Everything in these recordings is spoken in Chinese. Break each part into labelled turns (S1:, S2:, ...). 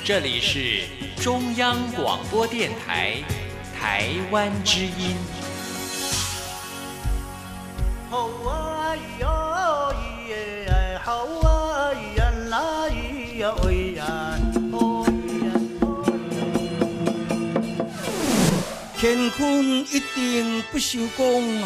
S1: 这里是中央广播电台台湾之音。
S2: 乾坤一定不收工啊！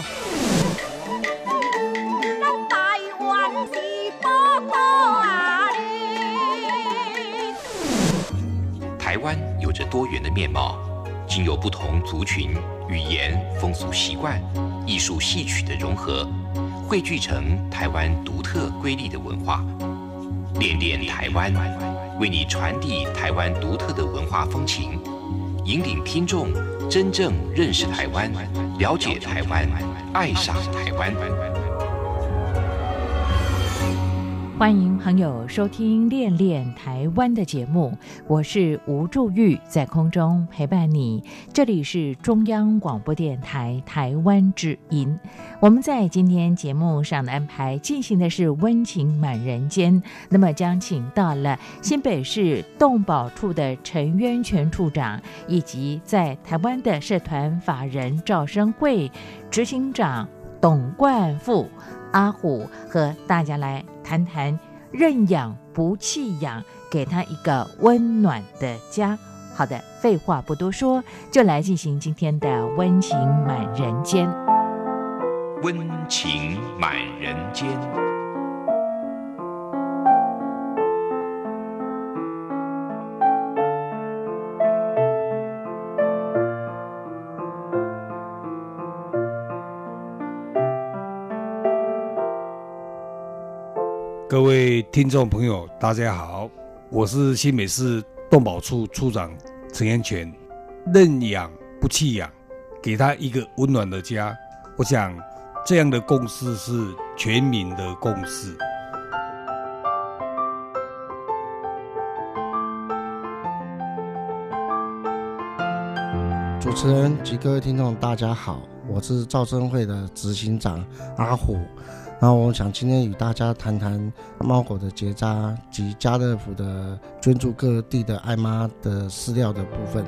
S3: 台湾有着多元的面貌，经由不同族群、语言、风俗习惯、艺术戏曲的融合，汇聚成台湾独特瑰丽的文化。恋恋台湾，为你传递台湾独特的文化风情，引领听众真正认识台湾，了解台湾，爱上台湾。
S4: 欢迎朋友收听《恋恋台湾》的节目，我是吴祝玉，在空中陪伴你。这里是中央广播电台台湾之音。我们在今天节目上的安排进行的是温情满人间，那么将请到了新北市动保处的陈渊泉处长，以及在台湾的社团法人赵生会执行长董冠富阿虎，和大家来谈谈认养不弃养，给他一个温暖的家。好的，废话不多说，就来进行今天的温情满人间。
S3: 温情满人间。
S2: 各位听众朋友大家好，我是新北市动保处处长陈渊泉。认养不弃养，给他一个温暖的家，我想这样的共识是全民的共识。
S5: 主持人及各位听众大家好，我是赵生会的执行长阿虎。然后我想今天与大家谈谈猫狗的结扎及家乐福的捐助各地的爱妈的饲料的部分。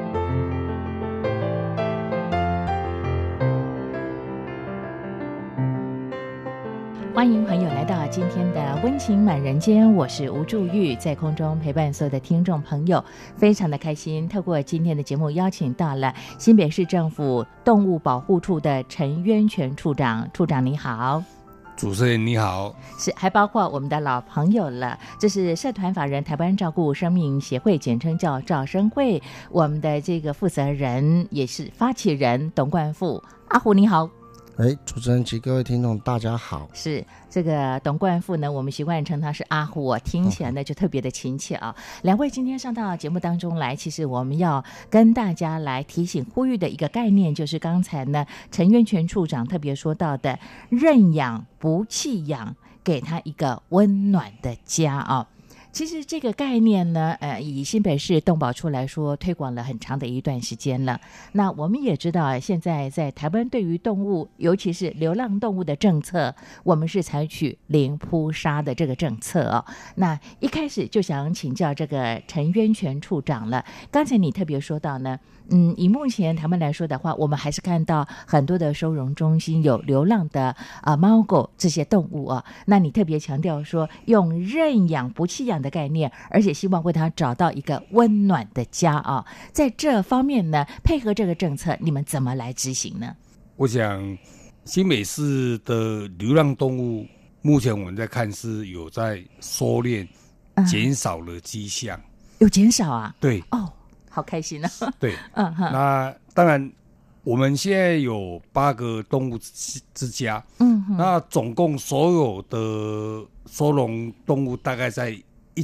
S4: 欢迎朋友来到今天的温情满人间，我是吴祝玉，在空中陪伴所有的听众朋友，非常的开心。透过今天的节目，邀请到了新北市政府动物保护处的陈渊泉处长。处长你好。
S2: 主持人你好。
S4: 是，还包括我们的老朋友了，这是社团法人台湾照顾生命协会，简称叫照生会，我们的这个负责人也是发起人董冠富。阿虎你好。
S5: 主持人及各位听众大家好。
S4: 是，这个董冠富呢，我们习惯称他是阿虎，听起来呢就特别的亲切啊。两位今天上到节目当中来，其实我们要跟大家来提醒呼吁的一个概念，就是刚才呢陈渊泉处长特别说到的认养不弃养，给他一个温暖的家啊。其实这个概念呢，以新北市动保处来说，推广了很长的一段时间了。那我们也知道，现在在台湾对于动物，尤其是流浪动物的政策，我们是采取零扑杀的这个政策哦。那一开始就想请教这个陈渊泉处长了。刚才你特别说到呢，以目前台湾来说的话，我们还是看到很多的收容中心有流浪的猫狗这些动物啊。那你特别强调说，用认养不弃养的概念，而且希望为他找到一个温暖的家啊。在这方面呢，配合这个政策，你们怎么来执行呢？
S2: 我想新北市的流浪动物目前我们在看是有在收敛减少了迹象。
S4: 有减少啊？对。哦，好开心啊。
S2: 对。那当然我们现在有8个动物之家。那总共所有的收容动物大概在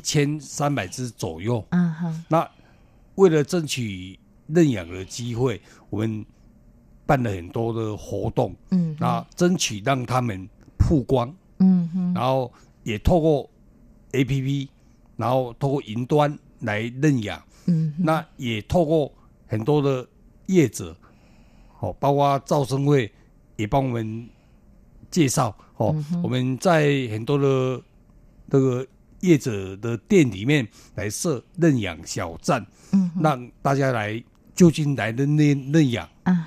S2: 1300只左右。那为了争取认养的机会，我们办了很多的活动。那争取让他们曝光。然后也透过 APP， 然后透过云端来认养。那也透过很多的业者，包括赵生会也帮我们介绍。我们在很多的这个业者的店里面来设认养小站，让大家来就近来认养。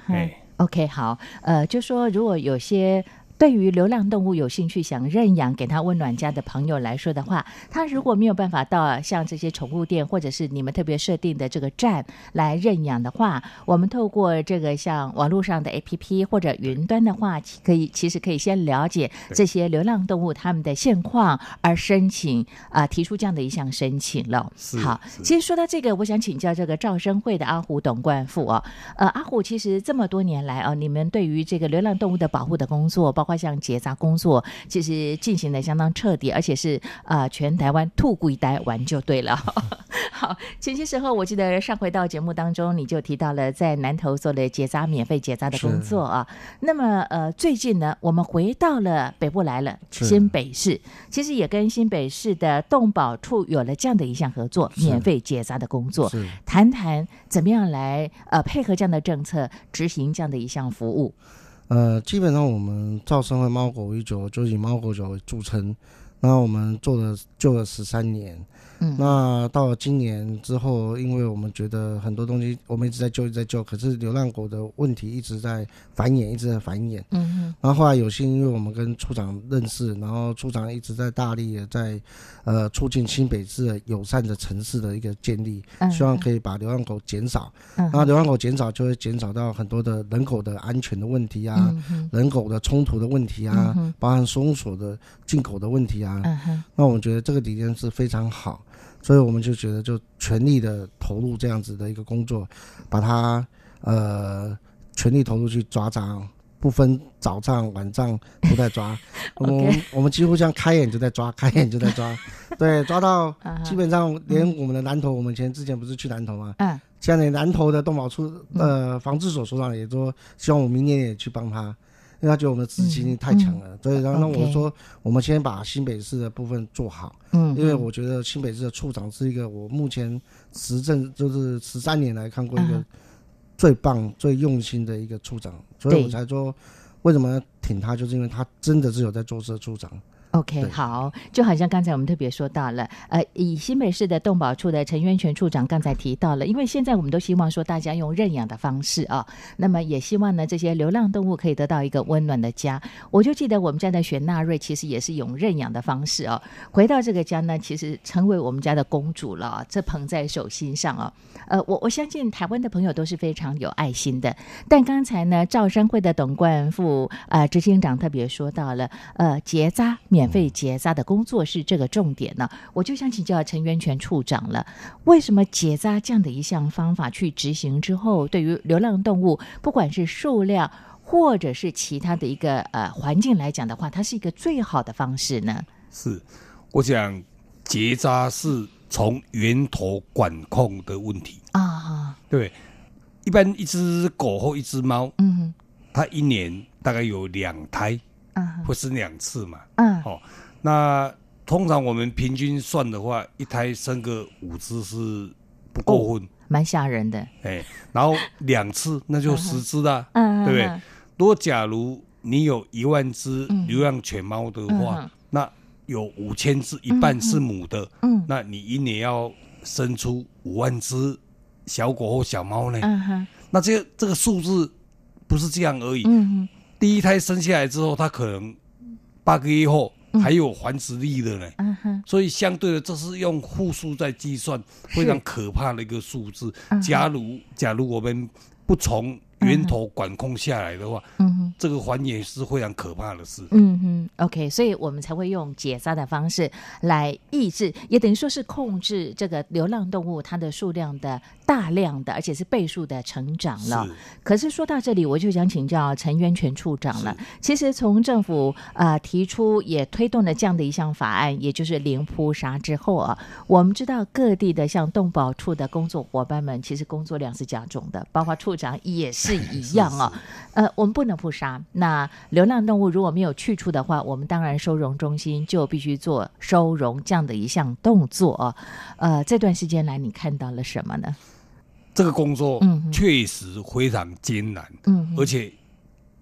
S4: OK， 好，就说如果有些对于流浪动物有兴趣想认养给他温暖家的朋友来说的话，他如果没有办法到像这些宠物店或者是你们特别设定的这个站来认养的话，我们透过这个像网络上的 APP 或者云端的话，其实可以先了解这些流浪动物他们的现况，而申请提出这样的一项申请了。好，其实说到这个，我想请教这个赵生会的阿虎董冠富阿虎，其实这么多年来你们对于这个流浪动物的保护的工作，包括像结扎工作，其实进行的相当彻底，而且是全台湾吐故一呆完就对了。好，前些时候我记得上回到节目当中，你就提到了在南投做了结扎免费结扎的工作那么最近呢，我们回到了北部来了，新北市其实也跟新北市的动保处有了这样的一项合作，免费结扎的工作，谈谈怎么样来配合这样的政策，执行这样的一项服务。
S5: 基本上我们赵生会猫狗199就以猫狗酒为著称，那我们救了13年。那到了今年之后，因为我们觉得很多东西我们一直在救，可是流浪狗的问题一直在繁衍。然后后来有幸因为我们跟处长认识，然后处长一直在大力的在促进新北市的友善的城市的一个建立，希望可以把流浪狗减少。那流浪狗减少就会减少到很多的人口的安全的问题人狗的冲突的问题包含收容所的进口的问题那我们觉得这个理念是非常好，所以我们就觉得就全力的投入这样子的一个工作，把它全力投入去抓蟑，不分早上晚上都在抓。我们几乎像开眼就在抓对，抓到基本上连我们的南投，我们之前不是去南投吗？现在南投的动保处防治所所长也说希望我明年也去帮他，因为他觉得我们的执行力太强了。所以然后我说我们先把新北市的部分做好，因为我觉得新北市的处长是一个我目前执政就是13年来看过一个最棒最用心的一个处长，所以我才说为什么要挺他，就是因为他真的是有在做事的处长。
S4: OK， 好，就好像刚才我们特别说到了，以新北市的动保处的陈渊泉处长刚才提到了，因为现在我们都希望说大家用认养的方式那么也希望呢这些流浪动物可以得到一个温暖的家。我就记得我们家的雪纳瑞其实也是用认养的方式回到这个家呢，其实成为我们家的公主了这捧在手心上我相信台湾的朋友都是非常有爱心的，但刚才呢赵生会的董冠富执行长特别说到了结扎免费结扎的工作是这个重点呢，我就想请教陈渊泉处长了，为什么结扎这样的一项方法去执行之后，对于流浪动物不管是数量或者是其他的一个环境来讲的话，它是一个最好的方式呢？
S2: 是，我想结扎是从源头管控的问题对，一般一只狗或一只猫它一年大概有2胎或是2次嘛那通常我们平均算的话，一胎生个5只是不够分
S4: 蛮吓人的
S2: 然后2次那就10只啦对不对？如果假如你有1万只流浪犬猫的话那有5000只，一半是母的那你一年要生出5万只小狗或小猫呢那这个数字不是这样而已第一胎生下来之后，它可能8个月后还有繁殖力的呢所以相对的这是用户数在计算，非常可怕的一个数字假如我们不从源头管控下来的话这个繁衍是非常可怕的事
S4: OK， 所以我们才会用结扎的方式来抑制，也等于说是控制这个流浪动物它的数量的大量的而且是倍数的成长了。可是说到这里，我就想请教陈渊泉处长了，其实从政府提出也推动了这样的一项法案，也就是零扑杀之后我们知道各地的像动保处的工作伙伴们其实工作量是加重的，包括处长也是一样我们不能扑杀，那流浪动物如果没有去处的话，我们当然收容中心就必须做收容这样的一项动作这段时间来你看到了什么呢？
S2: 这个工作确实非常艰难而且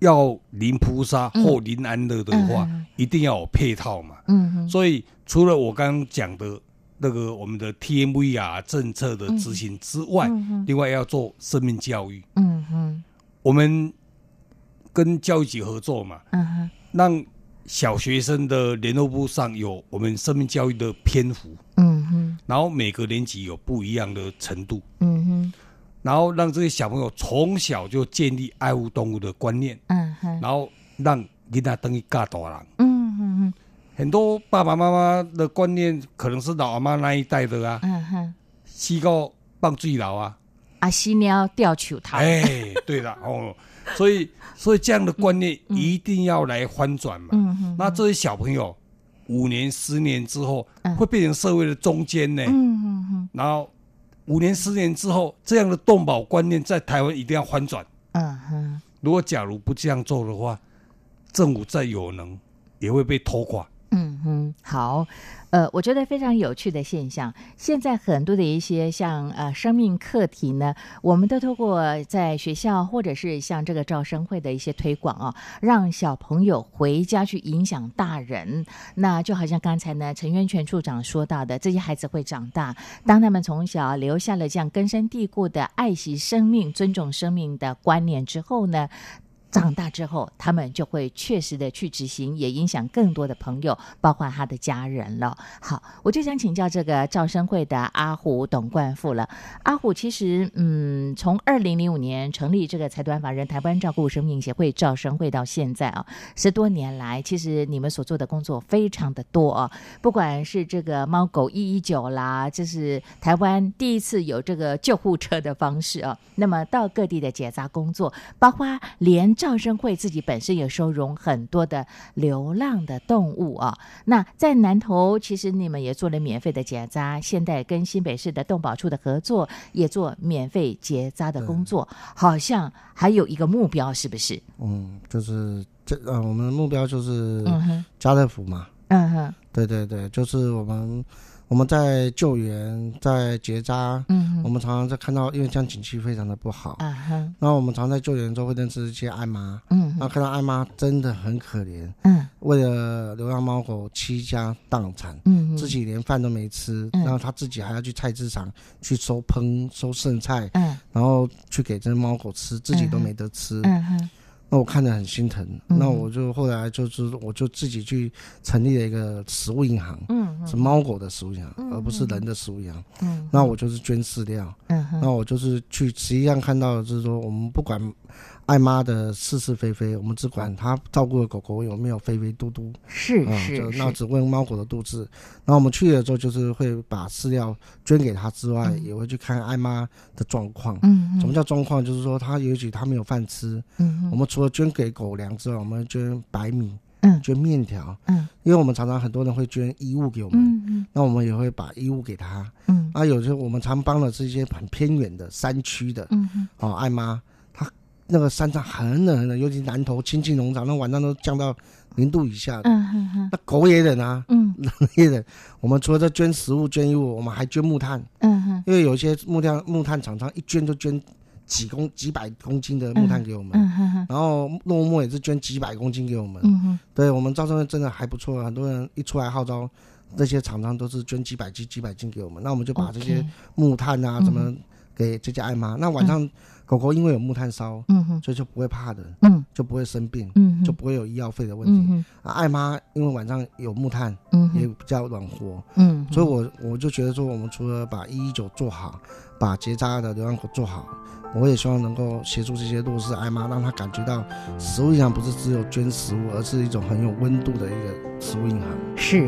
S2: 要临扑杀或临安乐的话，一定要有配套嘛。所以除了我刚刚讲的那个我们的 TMVR 政策的执行之外，另外要做生命教育。我们跟教育局合作嘛，让小学生的联络簿上有我们生命教育的篇幅，然后每个年级有不一样的程度，然后让这些小朋友从小就建立爱护动物的观念，然后让囡仔等于教大人。很多爸爸妈妈的观念可能是老阿妈那一代的啊，死狗放水流啊，
S4: 死鸟吊球头。
S2: 对了哦，所以这样的观念一定要来翻转嘛。那这些小朋友5年、10年之后会变成社会的中坚呢。然后5年、10年之后，这样的动保观念在台湾一定要翻转。如果假如不这样做的话，政府再有能也会被拖垮。
S4: 好，我觉得非常有趣的现象，现在很多的一些像生命课题呢，我们都透过在学校或者是像这个招生会的一些推广啊，让小朋友回家去影响大人。那就好像刚才呢陈渊泉处长说到的，这些孩子会长大，当他们从小留下了这样根深蒂固的爱惜生命、尊重生命的观念之后呢，长大之后他们就会确实的去执行，也影响更多的朋友，包括他的家人了。好，我就想请教这个招生会的阿虎董冠富了。阿虎其实从2005年成立这个财团法人台湾照顾生命协会招生会到现在啊，10多年来，其实你们所做的工作非常的多啊，不管是这个猫狗119啦，这是台湾第一次有这个救护车的方式啊，那么到各地的结扎工作，包括连招生会自己本身也收容很多的流浪的动物啊。那在南投，其实你们也做了免费的结扎，现在跟新北市的动保处的合作，也做免费结扎的工作，好像还有一个目标，是不是？
S5: 就是我们的目标就是家乐福嘛。对对对，就是我们在救援，在结扎，我们常常在看到，因为这样景气非常的不好，那我们常在救援的时候会认识一些爱妈，然后看到爱妈真的很可怜，为了流浪猫狗7家荡产，自己连饭都没吃，然后他自己还要去菜市场去收剩菜，然后去给这些猫狗吃，自己都没得吃。那我看得很心疼，那我就后来我就自己去成立了一个食物银行，是猫狗的食物银行，而不是人的食物银行。那我就是捐饲料，那我就是去实际上看到的就是说，我们不管爱妈的是是非非，我们只管她照顾的狗狗有没有肥肥嘟嘟，那只问猫狗的肚子。那我们去了之后，就是会把饲料捐给她之外，也会去看爱妈的状况。什么叫状况？就是说她也许她没有饭吃，我们除了捐给狗粮之外，我们会捐白米，捐面条，因为我们常常很多人会捐衣物给我们，那我们也会把衣物给她。有时候我们常帮的是一些很偏远的山区的，爱妈。那个山上很冷很冷，尤其南投亲近农场，那晚上都降到0度以下的，那狗也冷啊，冷也冷。我们除了捐食物、捐衣物，我们还捐木炭，因为有一些木炭厂商一捐就捐几百公斤的木炭给我们，然后落寞也是捐几百公斤给我们。对，我们招生会真的还不错，很多人一出来号召，这些厂商都是捐几百斤给我们，那我们就把这些木炭啊怎么给这家爱妈。那晚上狗狗因为有木炭烧，所以就不会怕的，就不会生病，就不会有医药费的问题。爱妈因为晚上有木炭，也比较暖和，所以我就觉得说，我们除了把119做好，把结扎的流浪狗做好，我也希望能够协助这些弱势爱妈，让她感觉到食物银行不是只有捐食物，而是一种很有温度的一个食物银行。
S4: 是。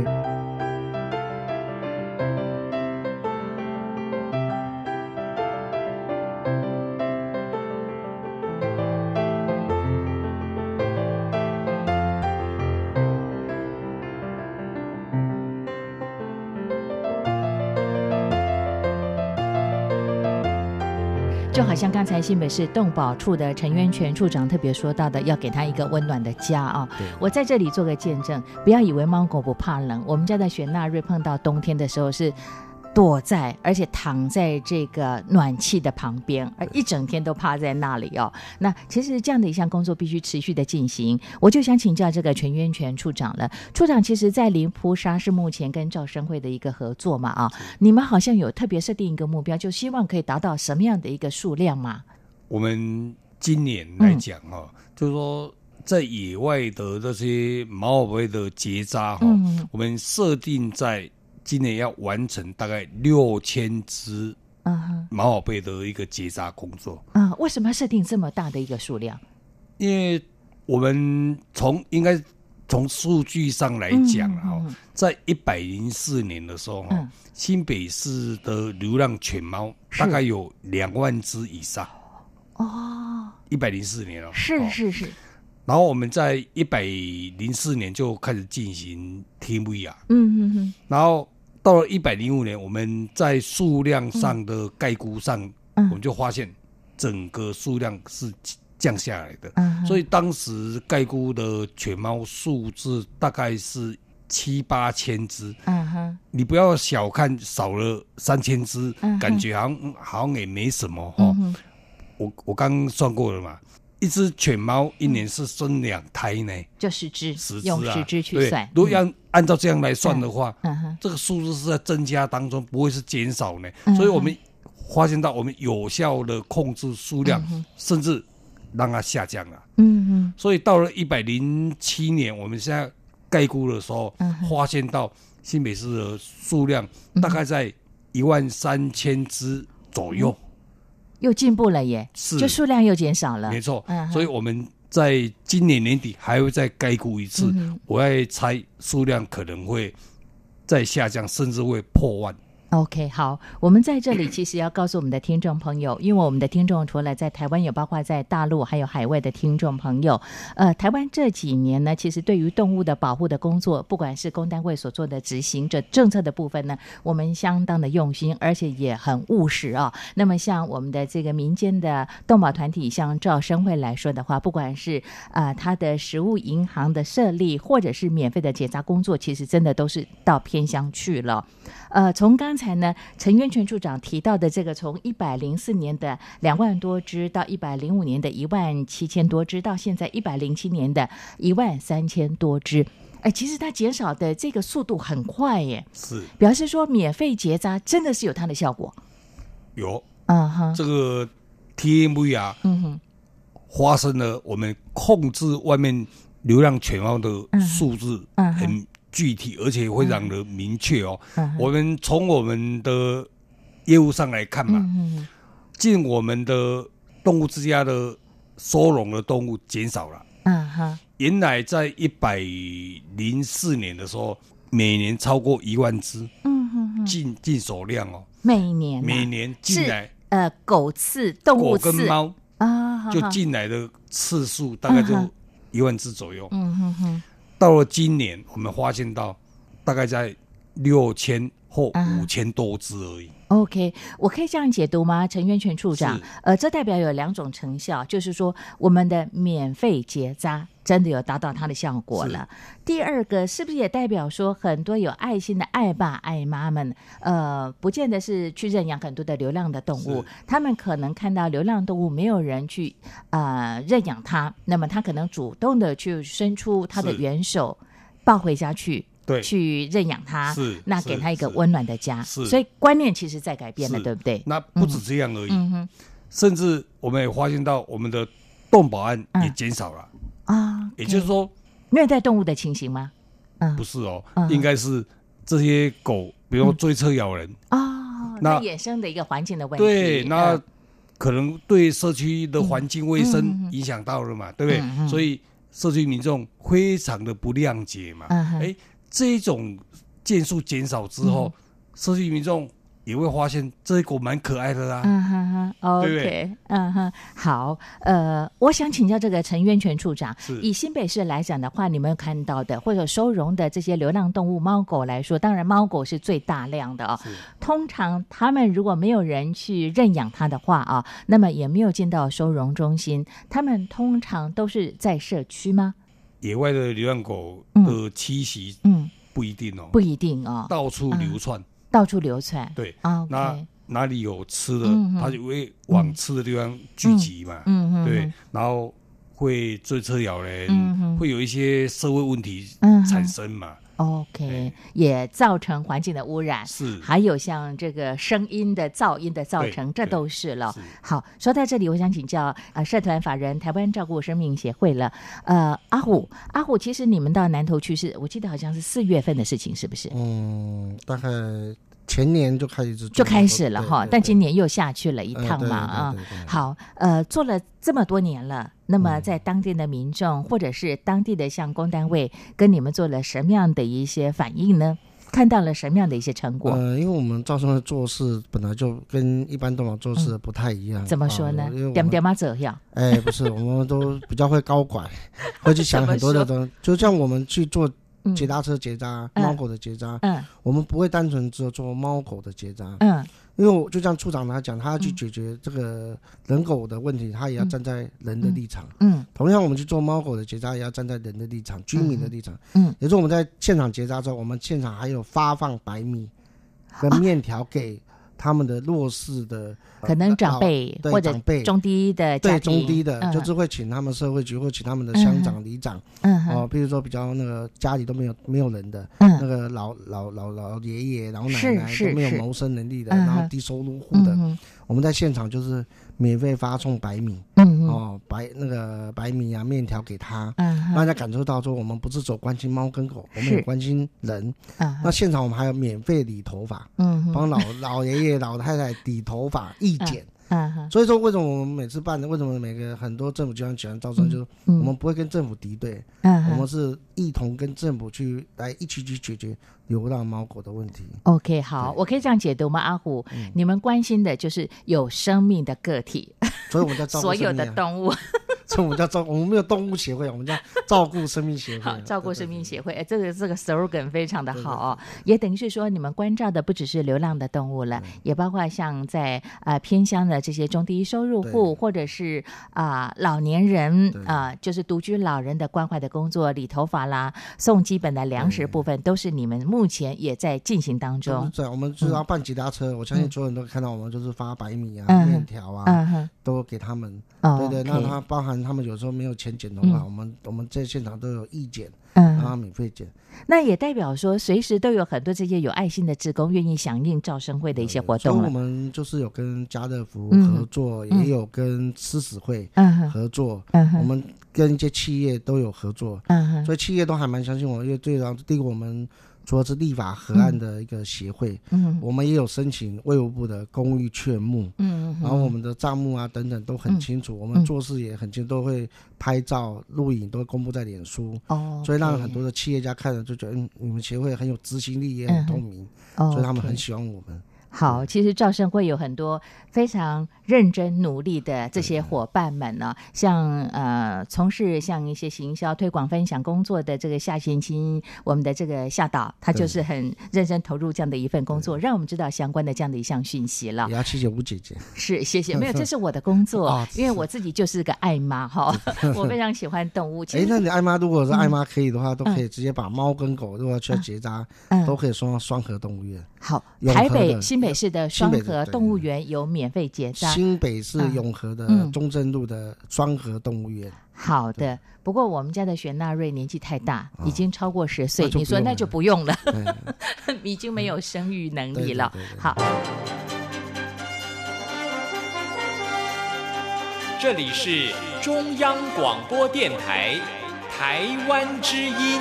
S4: 就好像刚才新北市动保处的陈渊泉处长特别说到的，要给他一个温暖的家啊！我在这里做个见证，不要以为猫狗不怕冷，我们家的雪纳瑞碰到冬天的时候是躲在而且躺在这个暖气的旁边，而一整天都趴在那里哦。那其实这样的一项工作必须持续的进行。我就想请教这个陈渊泉处长了。处长，其实在林扑沙是目前跟兆生会的一个合作嘛啊，你们好像有特别设定一个目标，就希望可以达到什么样的一个数量嘛？
S2: 我们今年来讲就是说在野外的这些毛宝贝的结扎我们设定在今年要完成大概6000只毛宝贝的一个结扎工作。
S4: 为什么要设定这么大的一个数量？
S2: 因为我们应该从数据上来讲在104年的时候新北市的流浪犬猫大概有2万只以上。104年是。然后我们在104年就开始进行 TMVR，然后到了105年，我们在数量上的概估上，我们就发现整个数量是降下来的，所以当时概估的犬猫数字大概是7-8千只。你不要小看少了3000只，感觉好像也没什么我刚算过了嘛。一只犬猫一年是生2胎呢，
S4: 就10只，用10只去算。
S2: 如果要按照这样来算的话，这个数字是在增加当中，不会是减少呢。所以我们发现到我们有效的控制数量，甚至让它下降了。所以到了107年，我们现在概估的时候，发现到新北市的数量大概在13000只左右。
S4: 又进步了耶，就数量又减少了，
S2: 没错。所以我们在今年年底还会再概估一次，我在猜数量可能会再下降，甚至会破万。
S4: OK， 好，我们在这里其实要告诉我们的听众朋友，因为我们的听众除了在台湾有，包括在大陆还有海外的听众朋友。台湾这几年呢，其实对于动物的保护的工作，不管是公单位所做的执行者政策的部分呢，我们相当的用心，而且也很务实啊。那么像我们的这个民间的动保团体，像兆生会来说的话，不管是它的食物银行的设立，或者是免费的结扎工作，其实真的都是到偏乡去了。从刚才呢陈渊泉处长提到的这个从104年的2万多只到105年的17000多只，到现在107年的13000多只，其实它减少的这个速度很快耶，
S2: 是
S4: 表示说免费结扎真的是有它的效果。
S2: 有这个 TMVR 发生了我们控制外面流浪犬猫的数字很具体，而且非常的明确我们从我们的业务上来看嘛，进我们的动物之家的收容的动物减少了。原来在104年的时候，每年超过1万只，进手量
S4: 每年
S2: 进来
S4: 狗次动物次
S2: 狗跟猫就进来的次数大概就1万只左右。到了今年，我们发现到大概在6000或5000多只而已。
S4: OK， 我可以这样解读吗，陈渊泉处长？这代表有2种成效，就是说我们的免费结扎真的有达到它的效果了。第二个，是不是也代表说很多有爱心的爱爸爱妈们，不见得是去认养很多的流浪的动物，他们可能看到流浪动物没有人去认养它，那么他可能主动的去伸出他的援手，抱回家去。
S2: 对，
S4: 去认养它，那给他一个温暖的家，
S2: 所
S4: 以观念其实在改变了，对不对？
S2: 那不止这样而已，甚至我们也发现到我们的动保案也减少了也就是说，
S4: 虐待动物的情形吗？
S2: 不是应该是这些狗，比如追车咬人
S4: 那衍生的一个环境的问题，
S2: 对，那可能对社区的环境卫生影响到了嘛，对不对？所以社区民众非常的不谅解嘛，这种件数减少之后，社区民众也会发现这些狗蛮可爱的啦。
S4: OK，
S2: 对不对？
S4: 好，我想请教这个陈渊泉处长，以新北市来讲的话，你们有看到的或者收容的这些流浪动物猫狗来说，当然猫狗是最大量的通常他们如果没有人去认养它的话那么也没有进到收容中心，他们通常都是在社区吗？
S2: 野外的流浪狗的栖息不一定
S4: 不一定
S2: 到处流窜，
S4: 到处流窜。
S2: 对
S4: 啊，
S2: 那哪里有吃的，它就会往吃的地方聚集嘛。对，然后会追车咬人，会有一些社会问题产生嘛。
S4: OK， 也造成环境的污染，
S2: 是，
S4: 还有像这个声音的噪音的造成，这都是了。好，说到这里，我想请教社团法人台湾照顾生命协会了。阿虎，其实你们到南投去我记得好像是4月份的事情，是不是？
S5: 大概前年就开始
S4: 了哈，但今年又下去了一趟嘛好，做了这么多年了，那么在当地的民众或者是当地的像公单位跟你们做了什么样的一些反应呢？看到了什么样的一些成果？
S5: 因为我们照生会做事本来就跟一般动保做事不太一样。
S4: 怎么说呢？点点嘛这样？
S5: 不是，我们都比较会高管，会去想很多的东西。就像我们去做结扎车结扎，猫狗的结扎，我们不会单纯只有做猫狗的结扎，因为就像处长他讲，他要去解决这个人狗的问题，他也要站在人的立场，同样我们去做猫狗的结扎，也要站在人的立场，居民的立场，也就是我们在现场结扎之后，我们现场还有发放白米跟面条给他们的弱势的
S4: 可能长辈或者中低的家庭，
S5: 对中低的，就是会请他们社会局或请他们的乡长里长，比如说比较那个家里都没有人的，那个老爷爷老奶奶都没有谋生能力的，然后低收入户的，我们在现场就是免费发送白米，白米啊面条给他，让大家感受到说我们不是走关心猫跟狗，我们也关心人。那现场我们还有免费理头发，帮老爷爷老太太理头发义剪。所以说为什么我们每次办的，为什么很多政府机关喜欢招生，就是我们不会跟政府敌对，我们是一同跟政府一起去解决流浪猫狗的问题。
S4: OK， 好，我可以这样解读吗？阿虎，你们关心的就是有生命的个体，
S5: 所以我们在照顾
S4: 所有的动物。
S5: 所以我们我们没有动物协会，我们叫照顾生命协会。
S4: 好，照顾生命协会，这个 slogan 非常的好也等于是说你们关照的不只是流浪的动物了，也包括像在偏乡的这些中低收入户，或者是老年人就是独居老人的关怀的工作，理头发啦，送基本的粮食部分，都是你们目前也在进行当中。
S5: 对，我们就是要办吉他车，我相信所有人都看到我们就是发白米面条都给他们。对，那他包含他们有时候没有钱捡的话，我们在现场都有义捡，让他免费捡。
S4: 那也代表说随时都有很多这些有爱心的志工愿意响应照生会的一些活动了。
S5: 所以我们就是有跟家乐福合作，也有跟狮子会合作，我们跟一些企业都有合作，所以企业都还蛮相信我，因为第一个我们除了是立法河岸的一个协会，我们也有申请卫福部的公益劝募，然后我们的账目啊等等都很清楚，我们做事也很清楚，都会拍照录影，都会公布在脸书，所以让很多的企业家看了就觉得你们协会很有执行力，也很透明，所以他们很喜欢我们。
S4: 好，其实照生会有很多非常认真努力的这些伙伴们呢，像从事像一些行销推广分享工作的这个夏贤清，我们的这个夏导，他就是很认真投入这样的一份工作，让我们知道相关的这样的一项讯息了。
S5: 也要谢谢吴姐姐。
S4: 是，谢谢。没有，这是我的工作，因为我自己就是个爱妈我非常喜欢动物。
S5: 那你爱妈如果是爱妈可以的话，都可以直接把猫跟狗如果去结扎，都可以送到双和动物园。
S4: 好，台北新北市的双和动物园有免费结扎，
S5: 新北市永和的中正路的双和动物园。
S4: 好的，不过我们家的玄纳瑞年纪太大，已经超过10岁，你说那就不用了已经没有生育能力了。好，
S1: 这里是中央广播电台台湾之音。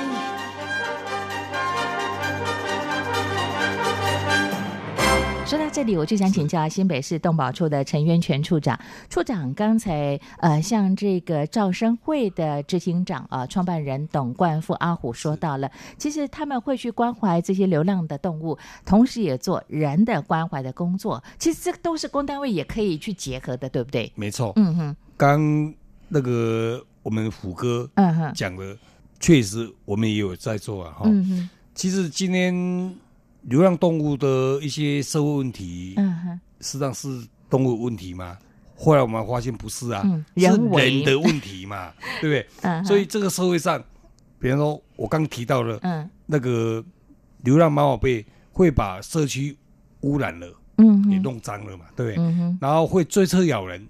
S4: 说到这里，我就想请教新北市动保处的陈渊泉处长。处长刚才像这个照生会的执行长创办人董冠富阿虎说到了，其实他们会去关怀这些流浪的动物，同时也做人的关怀的工作。其实这都是公单位也可以去结合的，对不对？
S2: 没错。刚那个我们虎哥讲的，确实我们也有在做其实今天流浪动物的一些社会问题，实际上是动物问题吗？后来我们发现不是是人的问题嘛，对不对？所以这个社会上，比方说我刚提到了那个流浪猫宝贝会把社区污染了，也弄脏了嘛，对不对？然后会追车咬人，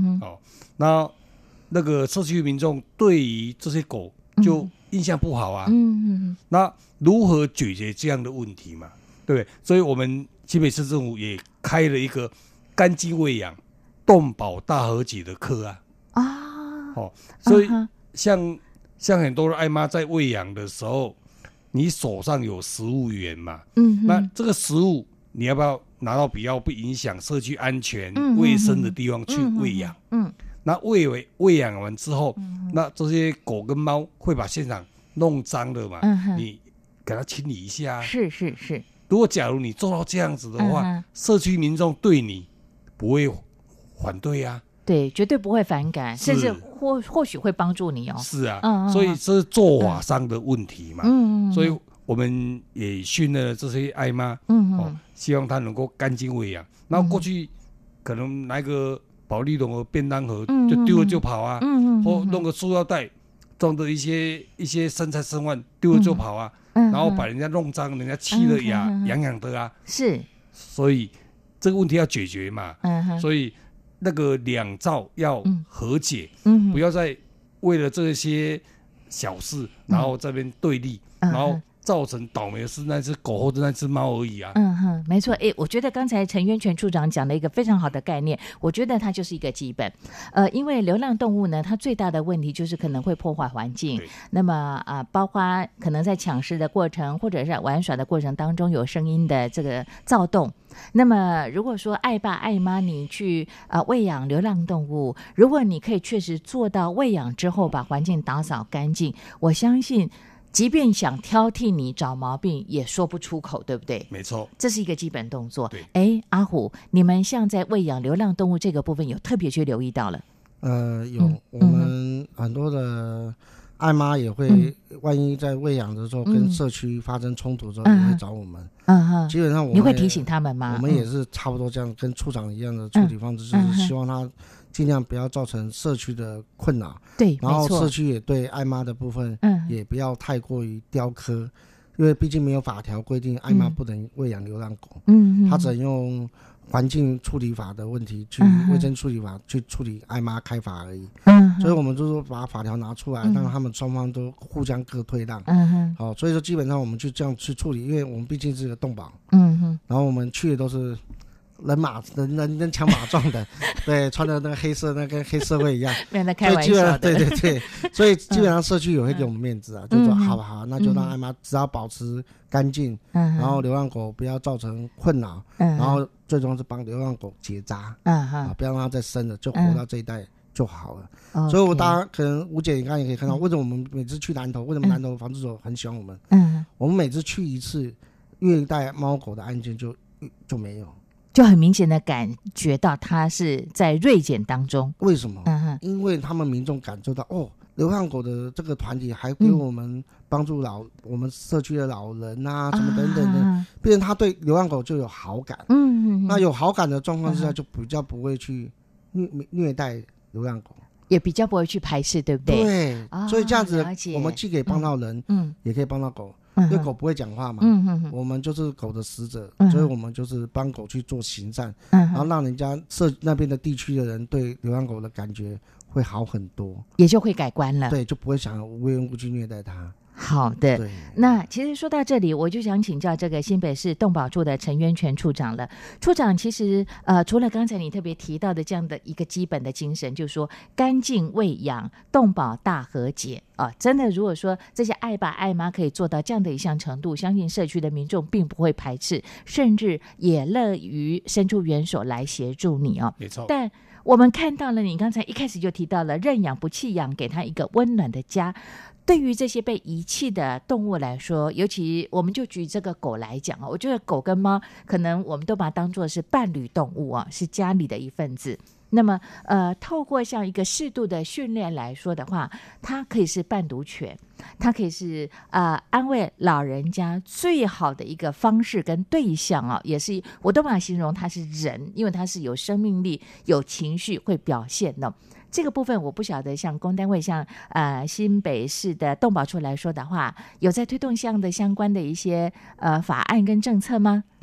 S2: 那个社区民众对于这些狗就印象不好啊，那如何解决这样的问题嘛？对不对？所以我们新北市政府也开了一个干净喂养动保大和解的课所以像很多的爱妈在喂养的时候，你手上有食物源嘛，那这个食物你要不要拿到比较不影响社区安全、卫生的地方去喂养？那喂养完之后，那这些狗跟猫会把现场弄脏了嘛？你给它清理一下。
S4: 是。
S2: 如果假如你做到这样子的话，社区民众对你不会反对啊。
S4: 对，绝对不会反感，甚至或许会帮助你哦。
S2: 是啊，所以这是做法上的问题嘛。所以我们也训了这些爱妈，希望它能够干净喂养。然后过去可能拿一个保丽龙的便当盒就丢了就跑啊，或弄个塑料袋装的一些生菜剩饭丢了就跑啊，然后把人家弄脏，人家气得痒的啊。是，所以这个问题要解决嘛。所以那个两造要和解，不要再为了这些小事，然后这边对立，然后造成倒霉的是那只狗或者那只猫而已啊。
S4: 没错。我觉得刚才陈渊泉处长讲了一个非常好的概念，我觉得它就是一个基本。因为流浪动物呢，它最大的问题就是可能会破坏环境，那么包括可能在抢食的过程或者是玩耍的过程当中有声音的这个躁动。那么如果说爱爸爱妈你去喂养流浪动物，如果你可以确实做到喂养之后把环境打扫干净，我相信即便想挑剔你找毛病也说不出口，对不对？
S2: 没错，
S4: 这是一个基本动作。阿虎，你们像在喂养流浪动物这个部分有特别去留意到了？
S5: 有，我们很多的爱妈也会，万一在喂养的时候跟社区发生冲突之后，也会找我们。基本上你
S4: 会提醒他们吗？
S5: 我们也是差不多这样，跟处长一样的处理方式，就是希望他尽量不要造成社区的困扰。对，然后社区也对爱妈的部分，也不要太过于雕刻，因为毕竟没有法条规定爱妈不能喂养流浪狗。他只能用环境处理法的问题去卫生处理法去处理爱妈开罚而已。所以我们就说把法条拿出来，让他们双方都互相各退让。所以说基本上我们就这样去处理，因为我们毕竟是个动保。然后我们去的都是人强马壮的，对，穿的那个黑色，那跟黑社会一样，
S4: 没有开玩笑的。
S5: 对，所以基本上社区也会给我们面子啊，就说好不好，那就让爱妈只要保持干净，然后流浪狗不要造成困扰，然后最终是帮流浪狗结扎，不要让它再生了，就活到这一代就好了。所以我大家可能吴姐你刚刚也可以看到，为什么我们每次去南投，为什么南投防治所很喜欢我们？我们每次去一次，虐待猫狗的案件就没有。
S4: 就很明显的感觉到它是在锐减当中。
S5: 为什么？因为他们民众感受到流浪狗的这个团体还给我们帮助我们社区的老人啊，什么等等的，变成他对流浪狗就有好感。那有好感的状况之下，就比较不会去虐待流浪狗，
S4: 也比较不会去排斥，对不对？
S5: 对，所以这样子我们既可以帮到人，也可以帮到狗。因为狗不会讲话嘛，我们就是狗的使者，所以我们就是帮狗去做行善，然后让人家那边的地区的人对流浪狗的感觉会好很多，
S4: 也就会改观了。
S5: 对，就不会想无缘无故去虐待它。
S4: 好的，那其实说到这里，我就想请教这个新北市动保处的陈渊泉处长了。处长，其实除了刚才你特别提到的这样的一个基本的精神，就是说干净喂养、动保大和解真的，如果说这些爱爸爱妈可以做到这样的一项程度，相信社区的民众并不会排斥，甚至也乐于伸出援手来协助你
S2: 没错。
S4: 但我们看到了，你刚才一开始就提到了认养不弃养，给他一个温暖的家。对于这些被遗弃的动物来说，尤其我们就举这个狗来讲我觉得狗跟猫可能我们都把它当作是伴侣动物是家里的一份子。那么透过像一个适度的训练来说的话，它可以是伴读犬，它可以是安慰老人家最好的一个方式跟对象也是我都把它形容它是人，因为它是有生命力、有情绪会表现的。这个部分我不晓得像公单位像新北市的动保处来说的话，有在推动这样的相关的一些法案跟政策吗？
S2: 有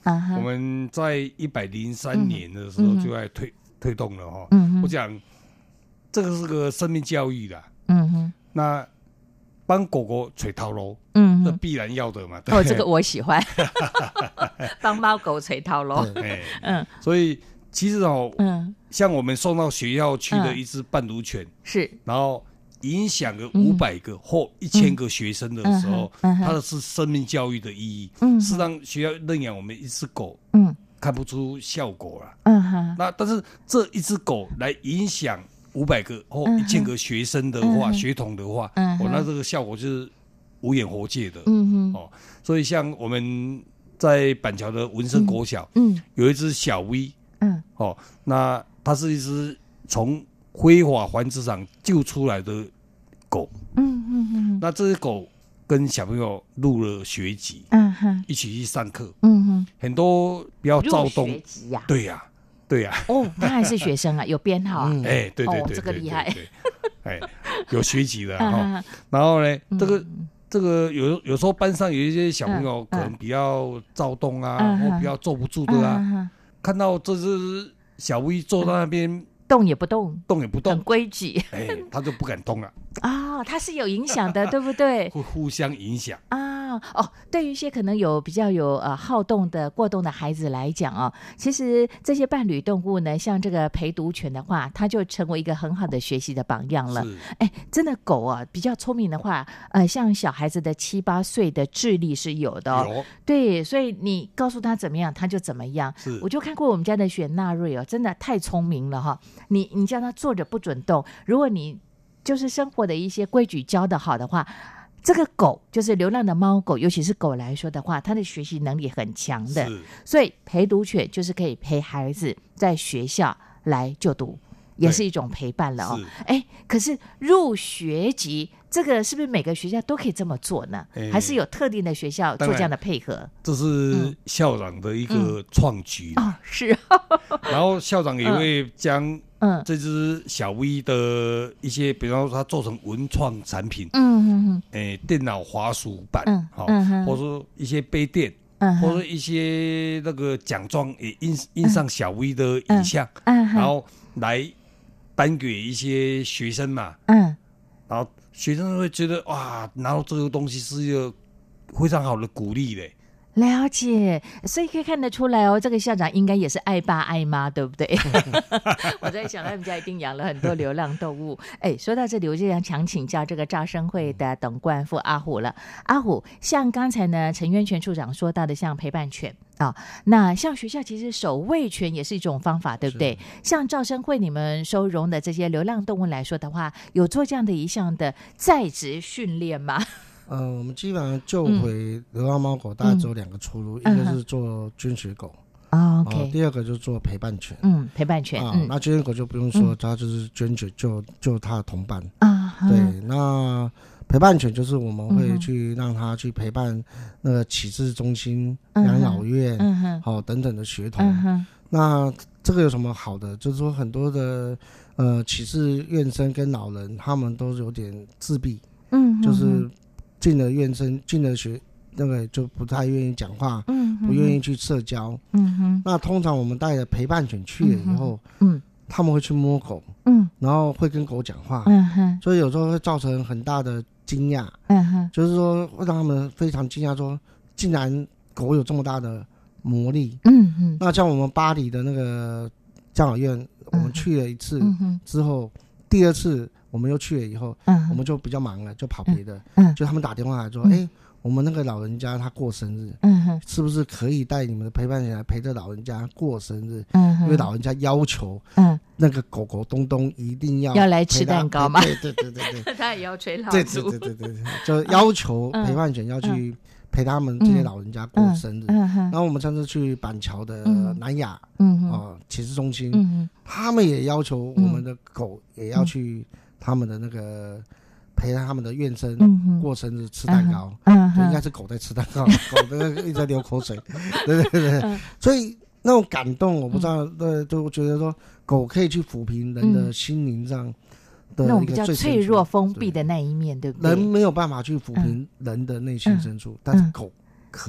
S2: 我们在103年的时候就在推动了哈。我讲这个是个生命教育的。那帮狗狗吹头路，这必然要的嘛。
S4: 这个我喜欢，帮猫狗吹头路。
S2: 所以其实像我们送到学校去的一只伴读犬，
S4: 是，
S2: 然后影响个500个或1000个学生的时候，它的是生命教育的意义。事实上，学校认养我们一只狗，看不出效果了。那但是这一只狗来影响500个或1000个学生的话，学童的话，那这个效果就是无远弗届的。所以像我们在板桥的文生国小，有一只小 V，那它是一只从非法繁殖场救出来的狗。那这只狗跟小朋友入了学籍，一起去上课，很多比较躁动。
S4: 入学籍呀？
S2: 对呀。
S4: 他还是学生啊，有编号啊。
S2: 对，
S4: 这个厉害。
S2: 有学籍的哈。然后呢，这个有时候班上有一些小朋友可能比较躁动啊，或比较坐不住的啊，看到这只小 V 坐在那边。
S4: 动也不动，
S2: 很
S4: 规矩。
S2: 他就不敢动了。
S4: 他是有影响的，对不对？
S2: 会互相影响
S4: 对于一些可能比较有好动的过动的孩子来讲其实这些伴侣动物呢，像这个陪读犬的话，它就成为一个很好的学习的榜样了。真的狗比较聪明的话，像小孩子的7、8岁的智力是有的对，所以你告诉他怎么样，他就怎么样。我就看过我们家的雪纳瑞真的太聪明了哈。你叫他坐着不准动，如果你就是生活的一些规矩教得好的话，这个狗就是流浪的猫狗，尤其是狗来说的话，它的学习能力很强的。所以陪读犬就是可以陪孩子在学校来就读，也是一种陪伴了可是入学籍这个是不是每个学校都可以这么做呢？还是有特定的学校做这样的配合？
S2: 这是校长的一个创举
S4: 是。
S2: 然后校长也会将这只小 V 的一些，比方说它做成文创产品，电脑滑鼠板，或者说一些杯垫，或者一些那个奖状也印上小 V 的影像，然后来颁给一些学生嘛，然后学生会觉得哇，拿到这个东西是一个非常好的鼓励嘞。
S4: 了解，所以可以看得出来这个校长应该也是爱爸爱妈，对不对？我在想他们家一定养了很多流浪动物。说到这里，我就想请教这个赵生会的董冠富阿虎了。阿虎，像刚才呢陈渊泉处长说到的，像陪伴犬那像学校其实守卫犬也是一种方法，对不对？像赵生会你们收容的这些流浪动物来说的话，有做这样的一项的在职训练吗？
S5: 我们基本上救回流浪猫狗大概只有2个出路，一个是做捐血狗第二个就是做陪伴犬。
S4: 陪伴犬
S5: 那捐血狗就不用说，它就是捐血救它的同伴对，那陪伴犬就是我们会去让它去陪伴那个启智中心、养老院等等的学童。那这个有什么好的？就是说很多的启智院生跟老人他们都有点自闭，就是进了院生进了学那个就不太愿意讲话，不愿意去社交。那通常我们带着陪伴犬去了以后，他们会去摸狗，然后会跟狗讲话，所以有时候会造成很大的惊讶，就是说会让他们非常惊讶，说竟然狗有这么大的魔力。那像我们巴黎的那个养老院，我们去了一次之后，第二次我们又去了以后，我们就比较忙了，就跑别的，就他们打电话来说，我们那个老人家他过生日，是不是可以带你们的陪伴犬来陪着老人家过生日？因为老人家要求，那个狗狗东东一定要
S4: 来吃蛋糕嘛。
S5: 对，
S4: 他也要吹蜡烛。
S5: 对，就要求陪伴犬要去陪他们这些老人家过生日。然后我们上次去板桥的南雅启智中心，他们也要求我们的狗也要去他们的那个陪他们的院生过生日吃蛋糕，就应该是狗在吃蛋糕，狗一直在流口水，对，所以那种感动我不知道，就觉得说狗可以去抚平人的心灵上的
S4: 那种比较脆弱封闭的那一面，对不对？
S5: 人没有办法去抚平人的内心深处，但是狗可以。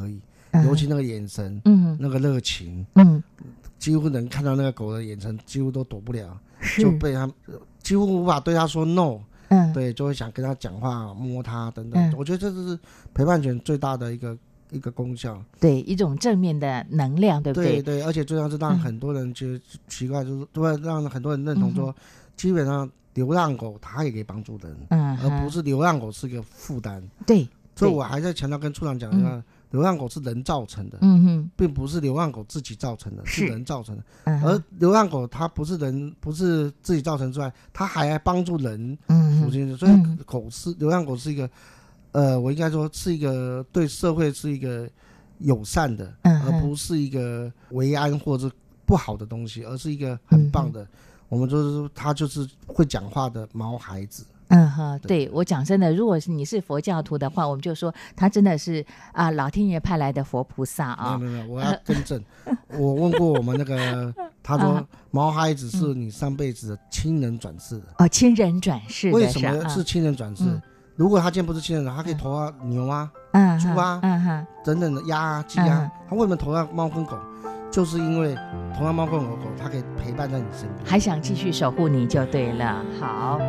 S5: 尤其那个眼神，那个热情，几乎能看到那个狗的眼神，几乎都躲不了，就被他几乎无法对他说 no。对，就会想跟他讲话、摸他等等。我觉得这是陪伴犬最大的一个功效。
S4: 对，一种正面的能量，对不对？
S5: 对对，而且最重要是让很多人觉得奇怪，就是都会让很多人认同说，基本上流浪狗它也可以帮助人，而不是流浪狗是一个负担。
S4: 对，
S5: 所以我还在强调跟处长讲一下。流浪狗是人造成的，并不是流浪狗自己造成的，是人造成的。而流浪狗它不是自己造成之外，它还来帮助人，所以流浪狗是一个，我应该说是一个对社会是一个友善的，而不是一个危安或者不好的东西，而是一个很棒的。我们就是它就是会讲话的毛孩子。
S4: 对，我讲真的，如果你是佛教徒的话，我们就说他真的是老天爷派来的佛菩萨啊。
S5: 没有，我要更正。我问过我们那个，他说毛孩子是你上辈子的亲人转世的。亲人转世的。为什么是亲人转世？如果他今天不是亲人，他可以投到牛啊、猪啊等等的鸭啊、鸡啊，他为什么投到猫跟狗？就是因为投到猫跟狗，它可以陪伴在你身边，
S4: 还想继续守护你就对了。好。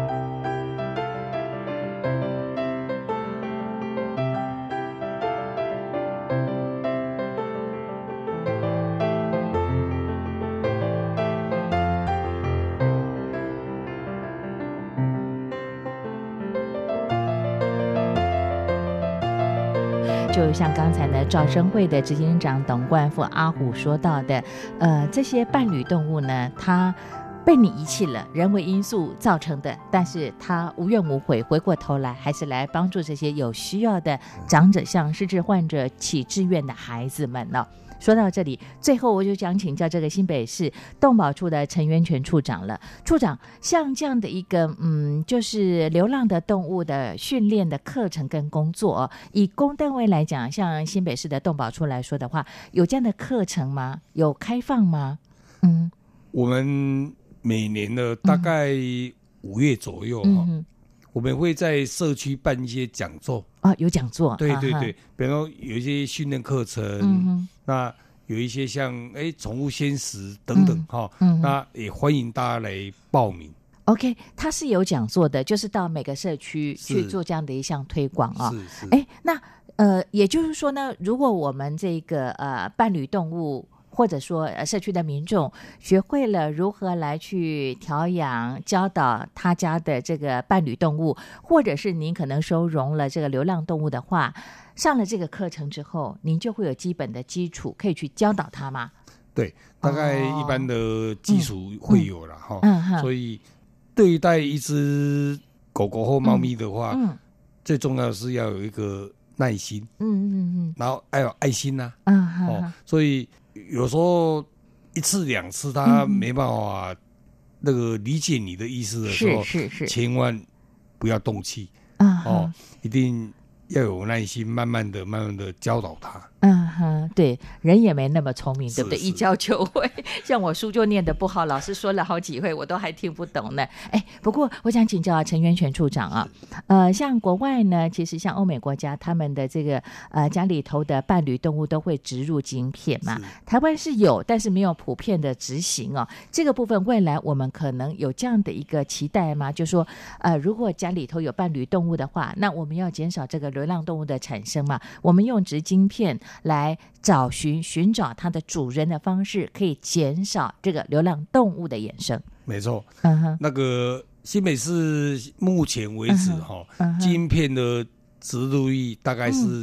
S4: 就像刚才呢，赵生会的执行长董冠富阿虎说到的，这些伴侣动物呢，它被你遗弃了，人为因素造成的，但是它无怨无悔，回过头来还是来帮助这些有需要的长者，像失智患者起志愿的孩子们呢。说到这里，最后我就想请教这个新北市动保处的陈元全处长了。处长，像这样的一个就是流浪的动物的训练的课程跟工作，以公单位来讲，像新北市的动保处来说的话，有这样的课程吗？有开放吗？
S2: 我们每年的大概5月左右我们会在社区办一些讲座。
S4: 有讲座。
S2: 对对对，比如说有一些训练课程，那有一些像宠物鲜食等等那也欢迎大家来报名。
S4: OK， 它是有讲座的，就是到每个社区去做这样的一项推广
S2: 是。
S4: 那也就是说呢，如果我们这个伴侣动物，或者说社区的民众学会了如何来去调养教导他家的这个伴侣动物，或者是您可能收容了这个流浪动物的话，上了这个课程之后，您就会有基本的基础可以去教导他吗？
S2: 对，大概一般的基础会有了所以对待一只狗狗或猫咪的话，最重要的是要有一个耐心，然后还有爱心所以有时候1次2次他没办法那个理解你的意思的时候，
S4: 是
S2: 千万不要动气一定要有耐心，慢慢的教导他。
S4: 对，人也没那么聪明，对不对？一教就会。像我书就念得不好，老师说了好几回，我都还听不懂呢。不过我想请教陈元全处长像国外呢，其实像欧美国家，他们的这个家里头的伴侣动物都会植入晶片嘛。台湾是有，但是没有普遍的执行这个部分未来我们可能有这样的一个期待吗？就说如果家里头有伴侣动物的话，那我们要减少这个流浪动物的产生嘛。我们用植晶片来寻找它的主人的方式，可以减少这个流浪动物的衍生。
S2: 没错，那个新北市目前为止晶片的植入率大概是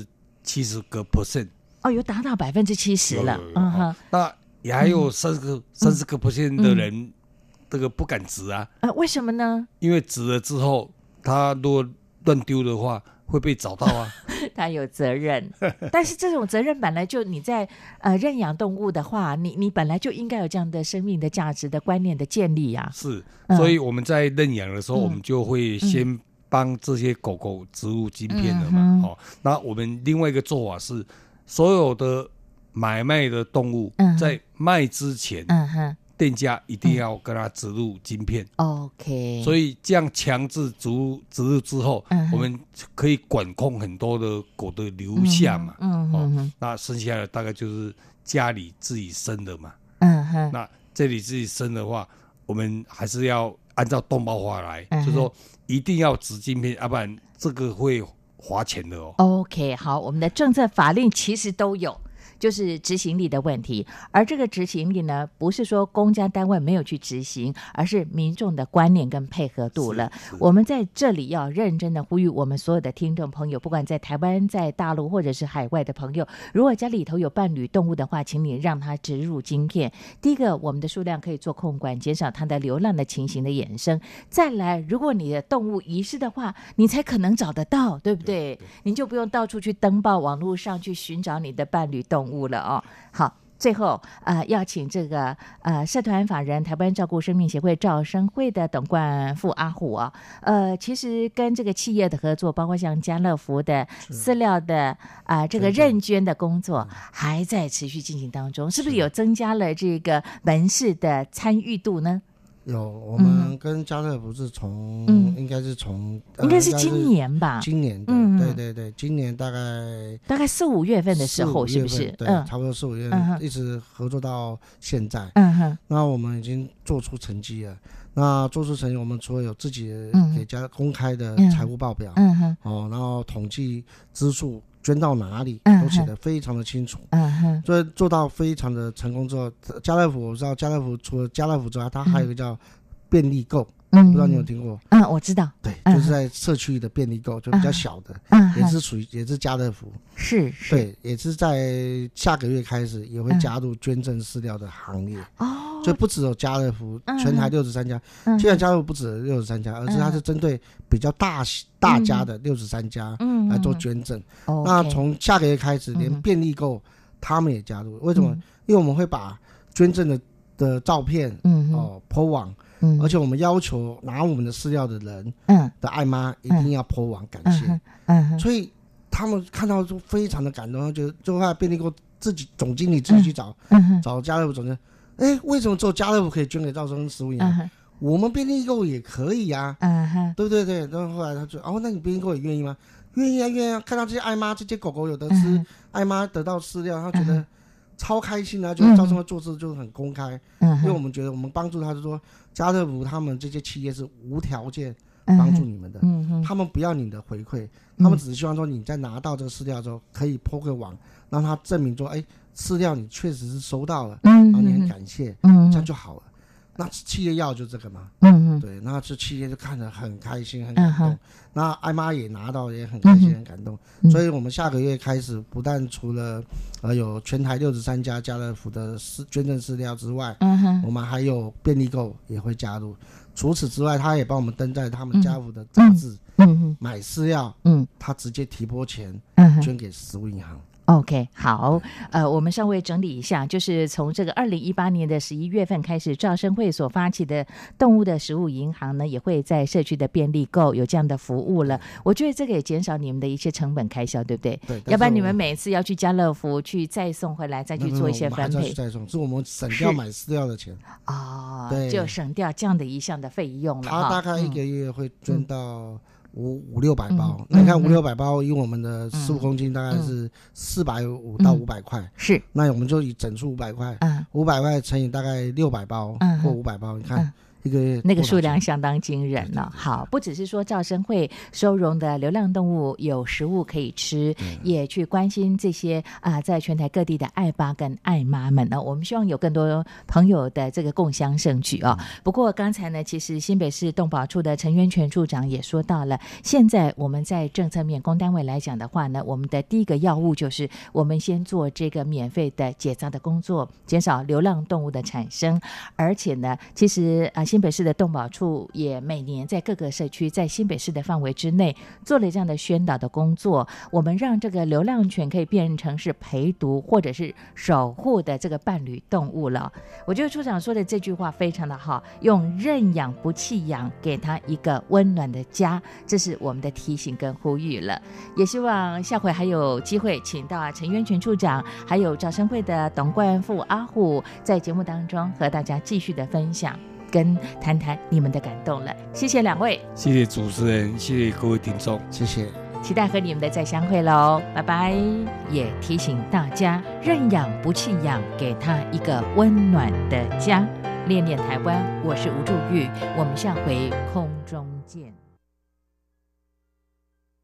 S2: 70%
S4: 有达到70%了。
S2: 那也还有30% 的人这个不敢植
S4: 为什么呢？因
S2: 为植了之后，他如果乱丢的话会被找到
S4: 他有责任，但是这种责任本来就你在认养动物的话，你本来就应该有这样的生命的价值的观念的建立
S2: 是，所以我们在认养的时候，我们就会先帮这些狗狗植入晶片了嘛。那我们另外一个做法是，所有的买卖的动物在卖之前， 店家一定要跟他植入晶片。
S4: OK，
S2: 所以这样强制植入之后，我们可以管控很多的狗的流向嘛。那剩下的大概就是家里自己生的嘛。那这里自己生的话，我们还是要按照动保法来，就是说一定要植晶片，要不然这个会花钱的哦。
S4: OK， 好，我们的政策法令其实都有。就是执行力的问题，而这个执行力呢，不是说公家单位没有去执行，而是民众的观念跟配合度了。我们在这里要认真的呼吁我们所有的听众朋友，不管在台湾、在大陆或者是海外的朋友，如果家里头有伴侣动物的话，请你让它植入晶片。第一个，我们的数量可以做控管，减少它的流浪的情形的衍生。再来，如果你的动物遗失的话，你才可能找得到，对不对？你就不用到处去登报，网络上去寻找你的伴侣动物了哦。好，最后要请这个社团法人台湾照顾生命协会赵生慧的董冠富阿虎啊，其实跟这个企业的合作，包括像家乐福的饲料的这个认捐的工作还在持续进行当中，是不是有增加了这个门市的参与度呢？
S5: 有，我们跟家乐福是从应该是今年吧？今年的，对，今年大概
S4: 4、5月份的时候，是不是？
S5: 对，差不多4、5月份，一直合作到现在。那我们已经做出成绩了。那做出成绩，我们除了有自己给家公开的财务报表，然后统计支数捐到哪里，都写得非常的清楚。所以做到非常的成功之后，家乐福我知道，家乐福除了家乐福之外，它还有一个叫便利购。不知道你有听过？
S4: 我知道。
S5: 对，就是在社区的便利购，就比较小的，也是家乐福。是。对，也是在下个月开始也会加入捐赠饲料的行列。所以不只有家乐福，全台63家。现在家乐福不止63家，而是它是针对比较大家的63家来做捐赠。那从下个月开始，连便利购他们也加入。为什么？因为我们会把捐赠的照片po 网。而且我们要求拿我们的饲料的人的爱妈一定要 po 网感谢。所以他们看到就非常的感动，就后来便利购自己总经理自己去找家乐福总经理，为什么只有家乐福可以捐给赵生食物银行？我们便利购也可以啊，对不对？然后后来他就那你便利购也愿意吗？愿意啊，愿意啊！看到这些爱妈，这些狗狗有得吃，爱妈得到饲料，他觉得超开心啊！就赵生会做事就是很公开，因为我们觉得我们帮助他，是说家乐福他们这些企业是无条件帮助你们的，他们不要你的回馈，他们只是希望说你在拿到这个饲料之后可以po个网，让他证明说，饲料你确实是收到了，然后你很感谢，这样就好了。那企业要就这个嘛，对，那这企业就看得很开心很感动，那艾妈也拿到也很开心很感动，所以我们下个月开始，不但除了有全台63家家乐福的捐赠饲料之外，我们还有便利购也会加入。除此之外，他也帮我们登在他们家乐福的杂志，买饲料，他直接提拨钱捐给食物银行。
S4: OK， 好，我们稍微整理一下，就是从这个2018年的11月份开始，赵生会所发起的动物的食物银行呢，也会在社区的便利购有这样的服务了。我觉得这个也减少你们的一些成本开销，对不对？对，要不然你们每次要去家乐福去再送回来，再去做一些分配，
S5: 再送，是我们省掉买饲料的钱
S4: 对，就省掉这样的一项的费用了。
S5: 他大概一个月会捐到500-600包，那你看500-600包，以我们的15公斤大概是450到500块，
S4: 是，
S5: 那我们就以整数500块，500块乘以大概600包或500包，你看一个月
S4: 那个数量相当惊人了。好，不只是说赵生会收容的流浪动物有食物可以吃，也去关心这些在全台各地的爱爸跟爱妈们呢。我们希望有更多朋友的这个共襄盛举啊。不过刚才呢，其实新北市动保处的陈渊泉处长也说到了，现在我们在政策面公单位来讲的话呢，我们的第一个要务就是我们先做这个免费的结扎的工作，减少流浪动物的产生。而且呢，其实新新北市的动保处也每年在各个社区，在新北市的范围之内做了这样的宣导的工作，我们让这个流浪犬可以变成是陪读或者是守护的这个伴侣动物了。我觉得处长说的这句话非常的好，用认养不弃养，给他一个温暖的家，这是我们的提醒跟呼吁了。也希望下回还有机会请到陈渊泉处长还有早生会的董冠富阿虎在节目当中和大家继续的分享跟谈谈你们的感动了。谢谢两位，
S2: 谢谢主持人，谢谢各位听众，
S5: 谢谢，
S4: 期待和你们的再相会喽，拜拜。也提醒大家认养不弃养，给他一个温暖的家。恋恋台湾，我是吴祝玉，我们下回空中见。